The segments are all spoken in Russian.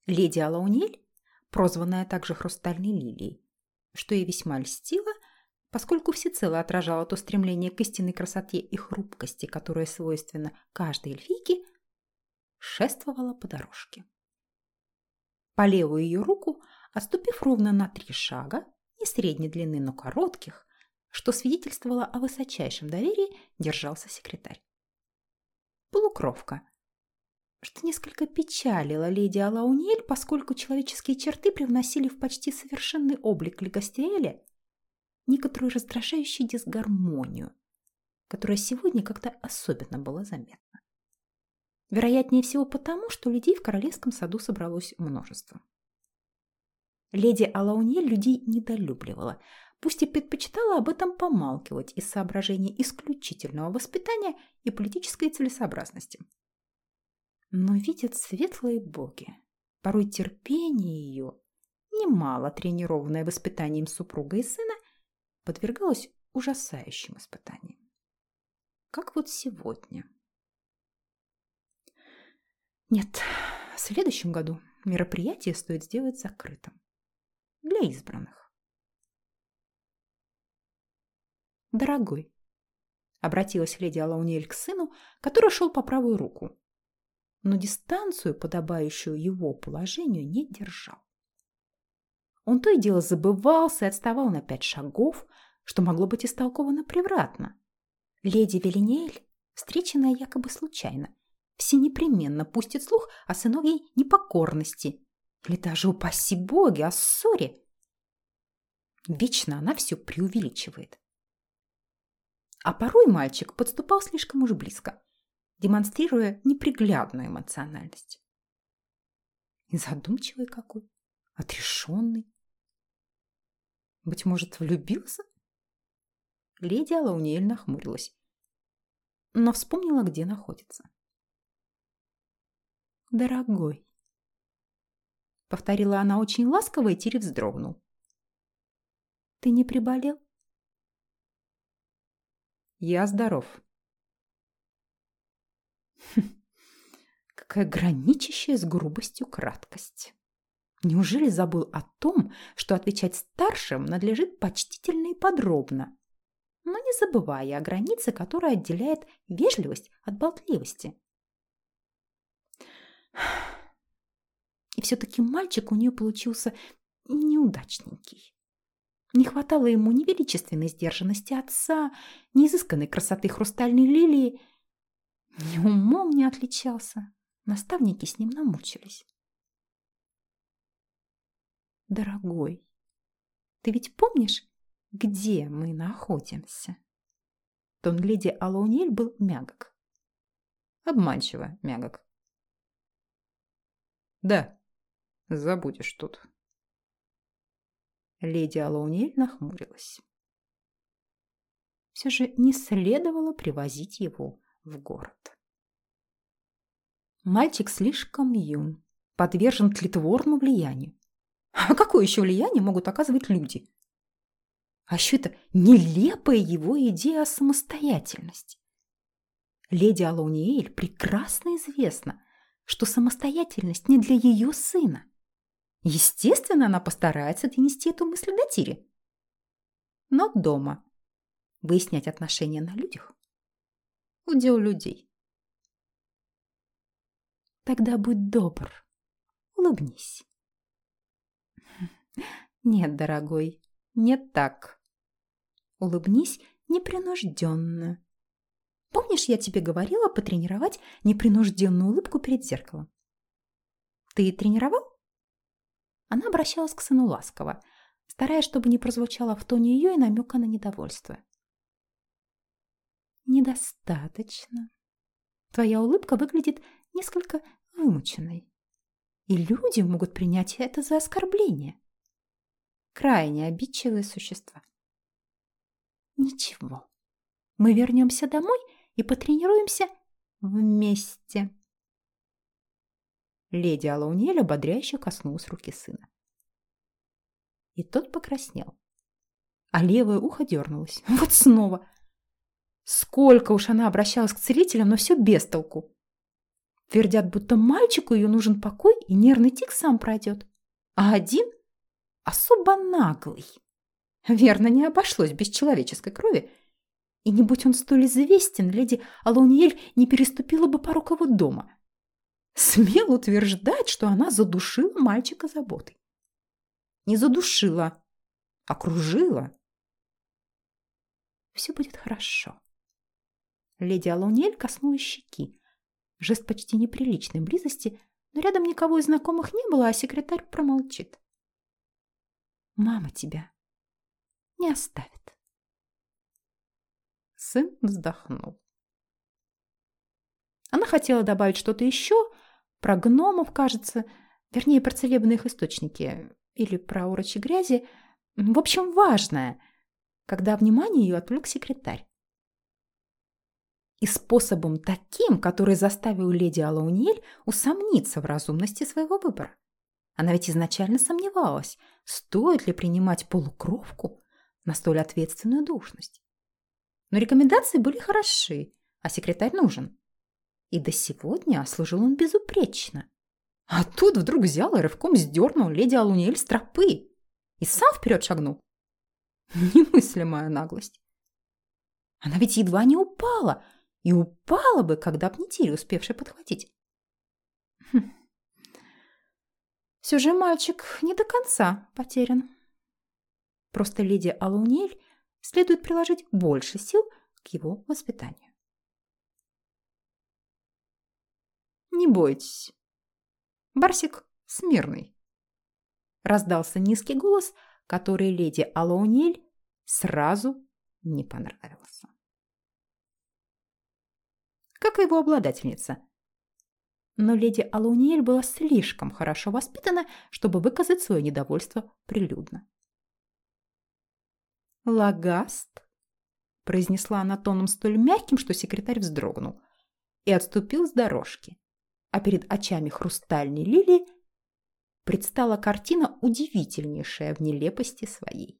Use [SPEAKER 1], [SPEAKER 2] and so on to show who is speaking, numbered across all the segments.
[SPEAKER 1] Леди Алаунель, прозванная также Хрустальной лилией, что ей весьма льстило, поскольку всецело отражало то стремление к истинной красоте и хрупкости, которое свойственно каждой эльфийке, шествовала по дорожке. По левую ее руку, отступив ровно на 3 шага, не средней длины, но коротких, что свидетельствовало о высочайшем доверии, держался секретарь. Полукровка, что несколько печалило леди Алаунель, поскольку человеческие черты привносили в почти совершенный облик Легастриэля некоторую раздражающую дисгармонию, которая сегодня как-то особенно была заметна. Вероятнее всего потому, что людей в королевском саду собралось множество. Леди Алаунель людей недолюбливала, пусть и предпочитала об этом помалкивать из соображений исключительного воспитания и политической целесообразности. Но видят светлые боги, порой терпение ее, немало тренированное воспитанием супруга и сына, подвергалось ужасающим испытаниям. Как вот сегодня. Нет, в следующем году мероприятие стоит сделать закрытым. Для избранных. «Дорогой», — обратилась леди Алаунель к сыну, который шел по правую руку, но дистанцию, подобающую его положению, не держал. Он то и дело забывался и отставал на 5 шагов, что могло быть истолковано превратно. Леди Велинеэль, встреченная якобы случайно, все непременно пустит слух о сыновьей непокорности или даже, упаси боги, о ссоре. Вечно она все преувеличивает. А порой мальчик подступал слишком уж близко, демонстрируя неприглядную эмоциональность. И задумчивый какой, отрешенный. Быть может, влюбился? Леди Алаунель нахмурилась, но вспомнила, где находится. «Дорогой», — повторила она очень ласково, и Тири вздрогнул. «Ты не приболел?» «Я здоров». Какая граничащая с грубостью краткость. Неужели забыл о том, что отвечать старшим надлежит почтительно и подробно, но не забывая о границе, которая отделяет вежливость от болтливости? И все-таки мальчик у нее получился неудачненький. Не хватало ему ни величественной сдержанности отца, ни изысканной красоты хрустальной лилии. Ни умом не отличался. Наставники с ним намучились. «Дорогой, ты ведь помнишь, где мы находимся?» Тон леди Алаунель был мягок. Обманчиво мягок. «Да, забудешь тут». Леди Алаунель нахмурилась. Все же не следовало привозить его в город. Мальчик слишком юн, подвержен тлетворному влиянию. А какое еще влияние могут оказывать люди? А еще это нелепая его идея о самостоятельности. Леди Алаунель прекрасно известно, что самостоятельность не для ее сына. Естественно, она постарается донести эту мысль до Тири. Но дома выяснять отношения на людях – удел людей. Тогда будь добр, улыбнись. Нет, дорогой, не так. Улыбнись непринужденно. Помнишь, я тебе говорила потренировать непринужденную улыбку перед зеркалом? Ты тренировал? Она обращалась к сыну ласково, стараясь, чтобы не прозвучало в тоне ее и намека на недовольство. Недостаточно. Твоя улыбка выглядит несколько вымученной. И люди могут принять это за оскорбление. Крайне обидчивые существа. Ничего. Мы вернемся домой и потренируемся вместе. Леди Алаунель ободряюще коснулась руки сына. И тот покраснел. А левое ухо дернулось. Вот снова. Сколько уж она обращалась к целителям, но все без толку. Твердят, будто мальчику ее нужен покой, и нервный тик сам пройдет. А один особо наглый. Верно, не обошлось без человеческой крови. И не будь он столь известен, леди Алауниэль не переступила бы порог его дома. Смел утверждать, что она задушила мальчика заботой. Не задушила, окружила. Все будет хорошо. Леди Алауниэль коснулась щеки. Жест почти неприличной близости, но рядом никого из знакомых не было, а секретарь промолчит. Мама тебя не оставит. Сын вздохнул. Она хотела добавить что-то еще, про гномов, кажется, вернее, про целебные их источники, или про урочи грязи, в общем, важное, когда внимание ее отвлек секретарь. И способом таким, который заставил леди Алауниэль усомниться в разумности своего выбора. Она ведь изначально сомневалась, стоит ли принимать полукровку на столь ответственную должность. Но рекомендации были хороши, а секретарь нужен. И до сегодня служил он безупречно. А тут вдруг взял и рывком сдернул леди Алауниэль с тропы и сам вперед шагнул. Немыслимая наглость. Она ведь едва не упала, и упала бы, когда б не Тири, успевший подхватить. Все же мальчик не до конца потерян. Просто леди Алауниэль следует приложить больше сил к его воспитанию. Не бойтесь. Барсик смирный. Раздался низкий голос, который леди Алауниэль сразу не понравился. Как и его обладательница. Но леди Алауниэль была слишком хорошо воспитана, чтобы выказать свое недовольство прилюдно. «Лагаст», – произнесла она тоном столь мягким, что секретарь вздрогнул, и отступил с дорожки. А перед очами хрустальной лилии предстала картина, удивительнейшая в нелепости своей.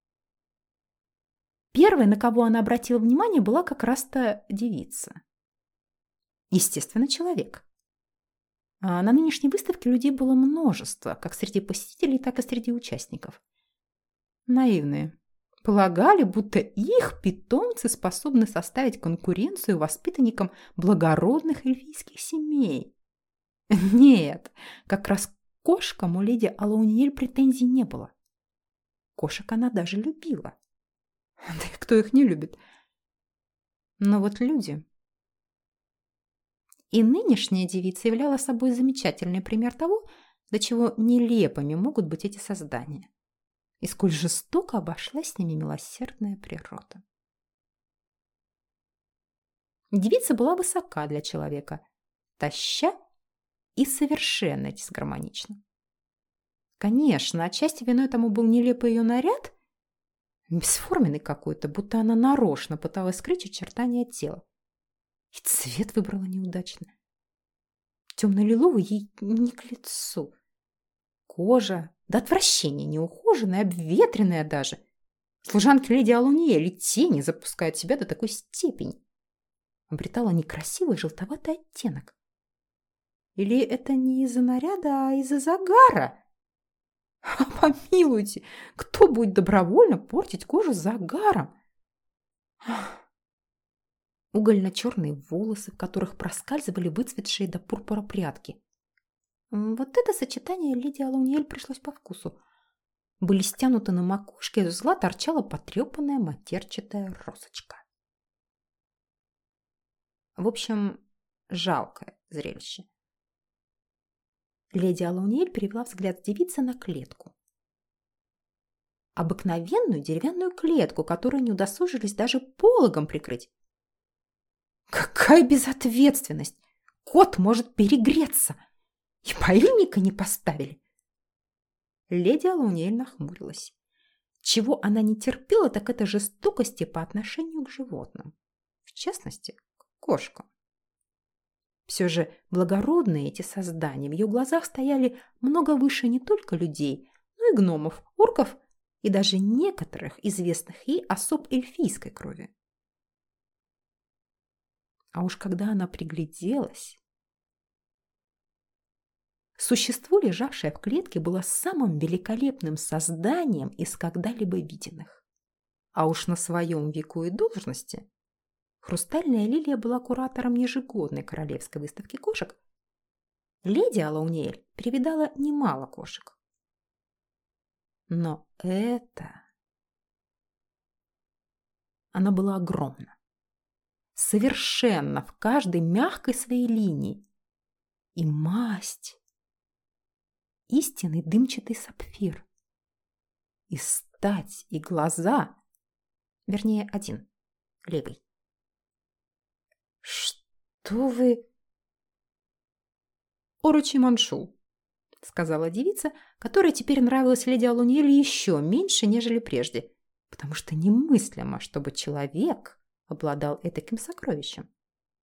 [SPEAKER 1] Первой, на кого она обратила внимание, была как раз-то девица. Естественно, человек. А на нынешней выставке людей было множество, как среди посетителей, так и среди участников. Наивные. Полагали, будто их питомцы способны составить конкуренцию воспитанникам благородных эльфийских семей. Нет, как раз к кошкам у леди Алауниэль претензий не было. Кошек она даже любила. Да и кто их не любит? Но вот люди... И нынешняя девица являла собой замечательный пример того, до чего нелепыми могут быть эти создания. И сколь жестоко обошлась с ними милосердная природа. Девица была высока для человека, тоща и совершенно дисгармонична. Конечно, отчасти виной тому был нелепый ее наряд, бесформенный какой-то, будто она нарочно пыталась скрыть очертания тела. И цвет выбрала неудачно. Темно-лиловый ей не к лицу. Кожа до отвращения неухоженная, обветренная даже. Служанки леди Алауниэль и тени запускают себя до такой степени. Обретала некрасивый желтоватый оттенок. Или это не из-за наряда, а из-за загара? Помилуйте, кто будет добровольно портить кожу загаром? Угольно-черные волосы, в которых проскальзывали выцветшие до пурпура прядки. Вот это сочетание леди Алауниэль пришлось по вкусу. Были стянуты на макушке, из узла торчала потрепанная матерчатая розочка. В общем, жалкое зрелище. Леди Алауниэль перевела взгляд с девицы на клетку. Обыкновенную деревянную клетку, которую не удосужились даже пологом прикрыть. Какая безответственность! Кот может перегреться! И поильника не поставили. Леди Алауниэль нахмурилась. Чего она не терпела, так это жестокости по отношению к животным. В частности, к кошкам. Все же благородные эти создания в ее глазах стояли много выше не только людей, но и гномов, орков и даже некоторых известных ей особ эльфийской крови. А уж когда она пригляделась, Существо, лежавшее в клетке, было самым великолепным созданием из когда-либо виденных. А уж на своем веку и должности хрустальная лилия была куратором ежегодной королевской выставки кошек. Леди Алаунель перевидала немало кошек. Но она была огромна. Совершенно в каждой мягкой своей линии. И масть. Истинный дымчатый сапфир. И стать, и глаза. Вернее, один. Левый. «Что вы...» «Орочи Маншу», — сказала девица, которая теперь нравилась леди Алаунель еще меньше, нежели прежде, потому что немыслимо, чтобы человек обладал этаким сокровищем.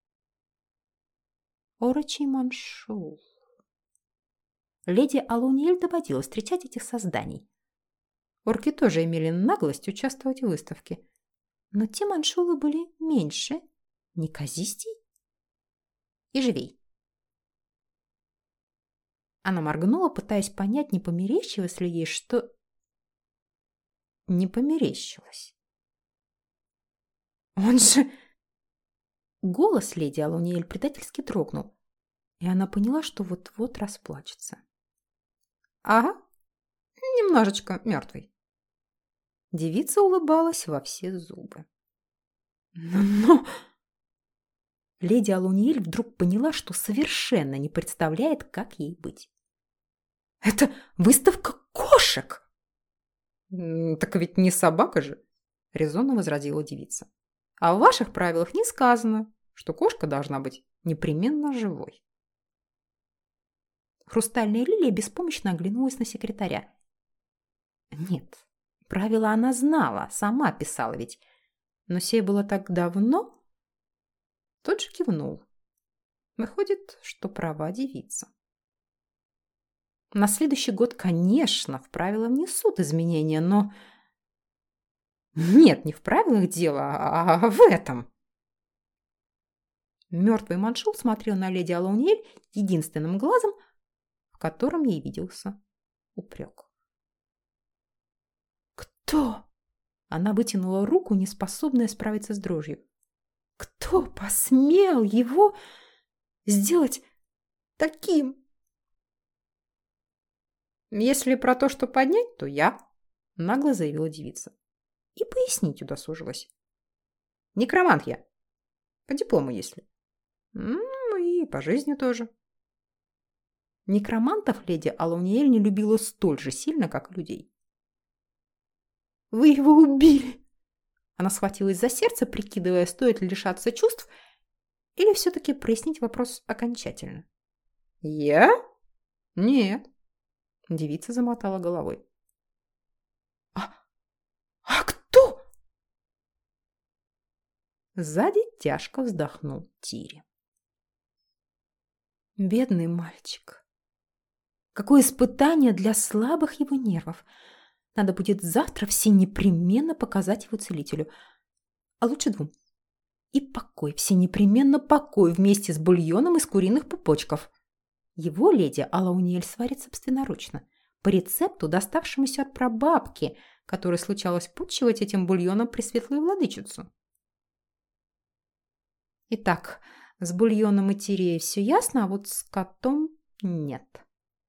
[SPEAKER 1] Орочи Маншу. Леди Алаунель доводилось встречать этих созданий. Орки тоже имели наглость участвовать в выставке, но те маншулы были меньше, неказистей и живей. Она моргнула, пытаясь понять, не померещилось ли ей, что... Не померещилось. Он же... Голос леди Алаунель предательски дрогнул, и она поняла, что вот-вот расплачется. «Ага, немножечко мертвый». Девица улыбалась во все зубы. Но... Леди Алаунель вдруг поняла, что совершенно не представляет, как ей быть. «Это выставка кошек!» «Так ведь не собака же!» – резонно возразила девица. «А в ваших правилах не сказано, что кошка должна быть непременно живой». Хрустальная лилия беспомощно оглянулась на секретаря. Нет, правила она знала, сама писала ведь. Но сей было так давно. Тот же кивнул. Выходит, что права девица. На следующий год, конечно, в правила внесут изменения, но... Нет, не в правилах дело, а в этом. Мертвый маншул смотрел на леди Алаунель единственным глазом, в котором ей виделся упрек. «Кто?» Она вытянула руку, неспособная справиться с дрожью. «Кто посмел его сделать таким?» «Если про то, что поднять, то я», — нагло заявила девица. И пояснить удосужилась. «Некромант я. По диплому, если. Ну и по жизни тоже». Некромантов леди Алаунель не любила столь же сильно, как людей. «Вы его убили!» Она схватилась за сердце, прикидывая, стоит ли лишаться чувств или все-таки прояснить вопрос окончательно. «Я? Нет». Девица замотала головой. «А кто?» Сзади тяжко вздохнул Тири. Бедный мальчик. Какое испытание для слабых его нервов. Надо будет завтра все непременно показать его целителю. А лучше двум. И покой, все непременно покой вместе с бульоном из куриных пупочков. Его леди Алаунель сварит собственноручно, по рецепту, доставшемуся от прабабки, которой случалось подчивать этим бульоном пресветлую владычицу. Итак, с бульоном и тиреей все ясно, а вот с котом нет.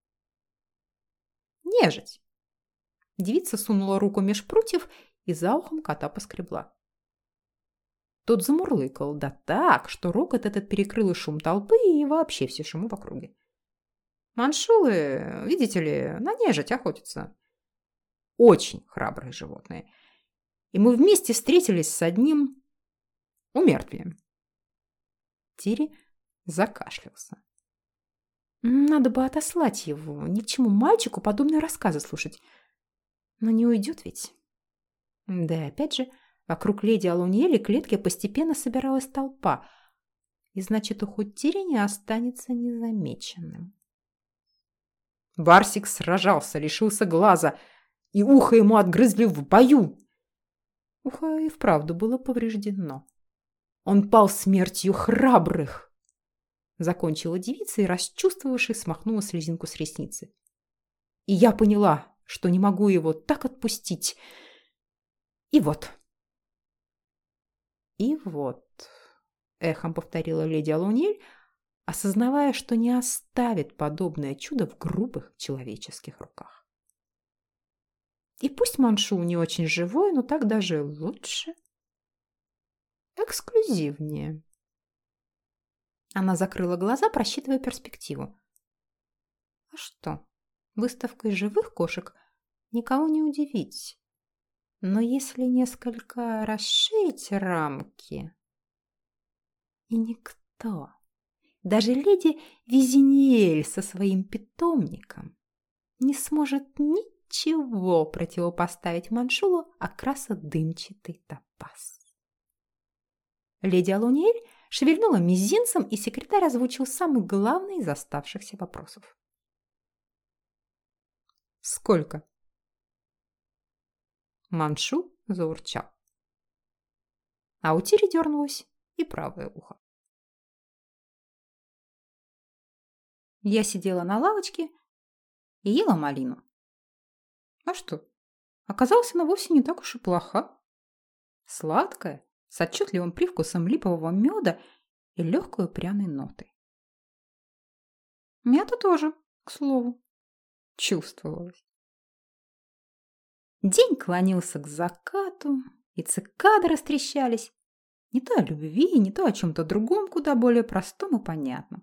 [SPEAKER 1] Нежить. Девица сунула руку меж прутьев и за ухом кота поскребла. Тот замурлыкал, да так, что рокот этот перекрыл и шум толпы, и вообще все шумы в округе. Маншулы, видите ли, на нежить охотятся. Очень храбрые животные. И мы вместе встретились с одним умертвием. Тири закашлялся. Надо бы отослать его, ни к чему мальчику подобные рассказы слушать. Но не уйдет ведь. Да и опять же, вокруг леди Алаунель и клетки постепенно собиралась толпа, и значит, уход Тири не останется незамеченным. Барсик сражался, лишился глаза, и ухо ему отгрызли в бою. Ухо и вправду было повреждено. Он пал смертью храбрых. закончила девица и, расчувствовавшись, смахнула слезинку с ресницы. И я поняла, что не могу его так отпустить. И вот. И вот, эхом повторила леди Алуньель, осознавая, что не оставит подобное чудо в грубых человеческих руках. И пусть Маншу не очень живой, но так даже лучше. Эксклюзивнее. Она закрыла глаза, просчитывая перспективу. А что, выставкой живых кошек никого не удивить. Но если несколько расширить рамки, и никто, даже леди Визиниэль со своим питомником, не сможет ничего противопоставить Маншулу окраса дымчатый топаз. Леди Алуньель шевельнула мизинцем, и секретарь озвучил самый главный из оставшихся вопросов. «Сколько?» Маншу заурчал. А у Тири дернулось и правое ухо. Я сидела на лавочке и ела малину. А что? Оказалось, она вовсе не так уж и плоха. Сладкая, с отчетливым привкусом липового меда и легкой пряной нотой. Мята тоже, к слову, чувствовалась. День клонился к закату, и цикады растрещались. Не то о любви, не то о чем-то другом, куда более простом и понятном.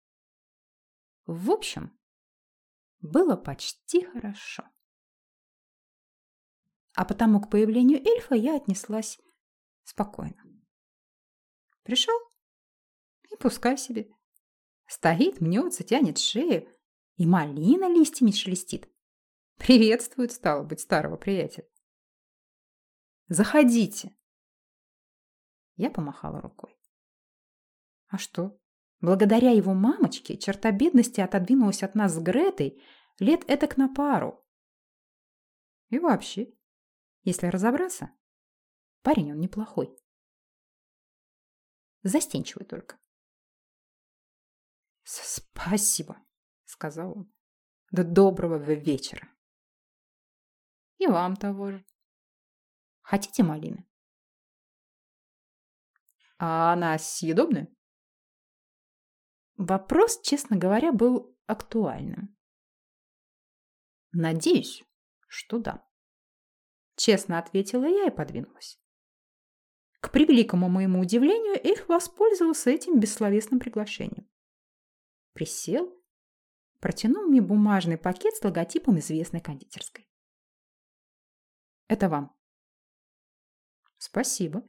[SPEAKER 1] В общем, было почти хорошо. А потому к появлению эльфа я отнеслась спокойно. Пришел и пускай себе. Стоит, мнется, тянет шею, и малина листьями шелестит. Приветствует, стало быть, старого приятеля. Заходите. Я помахала рукой. А что? Благодаря его мамочке черта бедности отодвинулась от нас с Гретой лет этак на пару. И вообще, если разобраться, парень он неплохой. Застенчивый только. «Спасибо», — сказал он. «До доброго вечера». «И вам того же. Хотите малины?» «А она съедобная?» Вопрос, честно говоря, был актуальным. «Надеюсь, что да», — честно ответила я и подвинулась. К превеликому моему удивлению, эльф воспользовался этим бессловесным приглашением. Присел, протянул мне бумажный пакет с логотипом известной кондитерской. «Это вам». «Спасибо».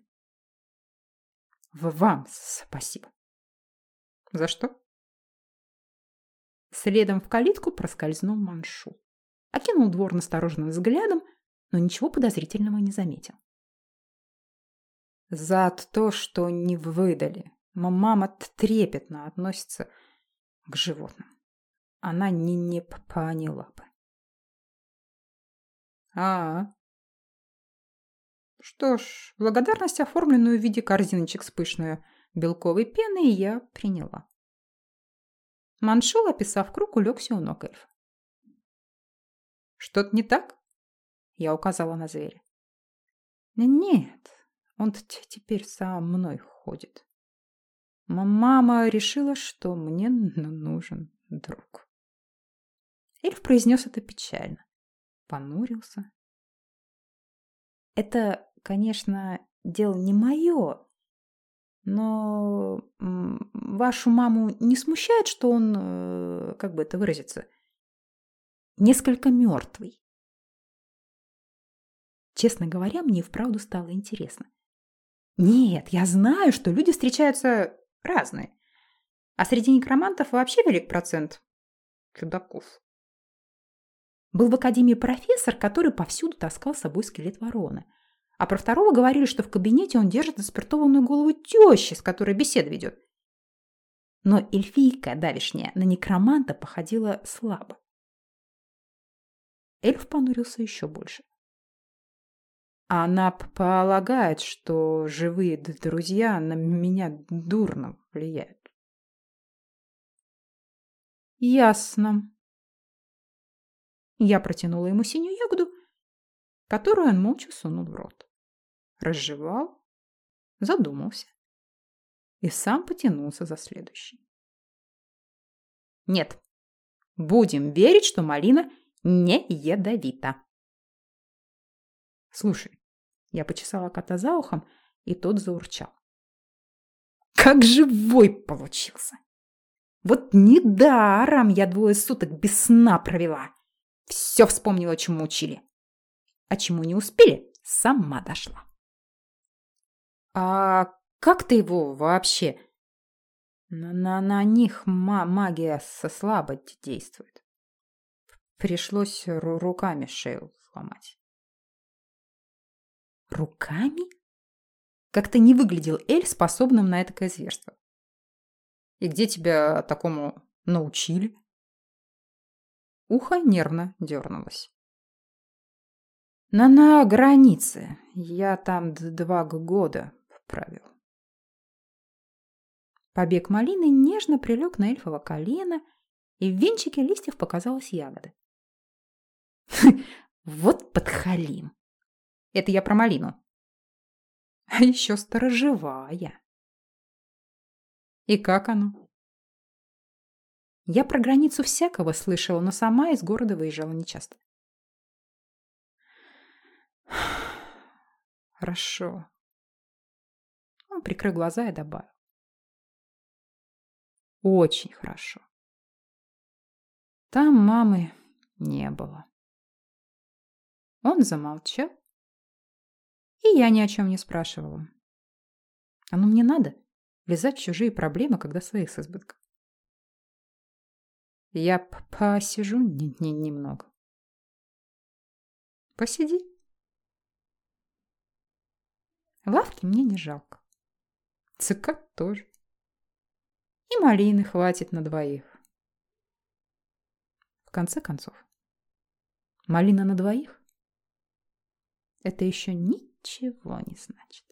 [SPEAKER 1] «Вам спасибо». «За что?» Следом в калитку проскользнул Маншу. Окинул двор настороженным взглядом, но ничего подозрительного не заметил. «За то, что не выдали. Мама трепетно относится к животным. Она не поняла бы». Что ж, благодарность, оформленную в виде корзиночек с пышной белковой пеной, я приняла. Маншул, описав круг, улегся у ног эльфа. «Что-то не так?» Я указала на зверя. «Нет, он теперь со мной ходит. Мама решила, что мне нужен друг». Эльф произнес это печально. Понурился. «Это, конечно, дело не мое, но вашу маму не смущает, что он, как бы это выразиться, несколько мертвый?» Честно говоря, мне и вправду стало интересно. Нет, я знаю, что люди встречаются разные. А среди некромантов вообще велик процент чудаков. Был в академии профессор, который повсюду таскал с собой скелет вороны. А про второго говорили, что в кабинете он держит заспиртованную голову тещи, с которой беседу ведет. Но эльфийка давешняя на некроманта походила слабо. Эльф понурился еще больше. Она полагает, что живые друзья на меня дурно влияют. Ясно. Я протянула ему синюю ягоду, которую он молча сунул в рот. Разжевал, задумался и сам потянулся за следующей. Нет, будем верить, что малина не ядовита. Слушай, я почесала кота за ухом, и тот заурчал. Как живой получился! Вот недаром я 2 суток без сна провела. Все вспомнила, чему учили. А чему не успели, сама дошла. А как ты его вообще? На них магия слабо действует. Пришлось руками шею сломать. Руками? Как-то не выглядел Эль способным на этакое зверство. И где тебя такому научили? Ухо нервно дернулось. На границе. Я там 2 года правил. Побег малины нежно прилег на эльфово колено, и в венчике листьев показалась ягода. Вот подхалим. Это я про малину. А еще сторожевая. И как оно? Я про границу всякого слышала, но сама из города выезжала нечасто. Хорошо. Он прикрыл глаза и добавил. Очень хорошо. Там мамы не было. Он замолчал, и я ни о чем не спрашивала. Оно мне надо влезать в чужие проблемы, когда своих с избытком. Я посижу немного. Посиди. Лавки мне не жалко. Цикад тоже. И малины хватит на 2. В конце концов, малина на 2 – это еще ничего не значит.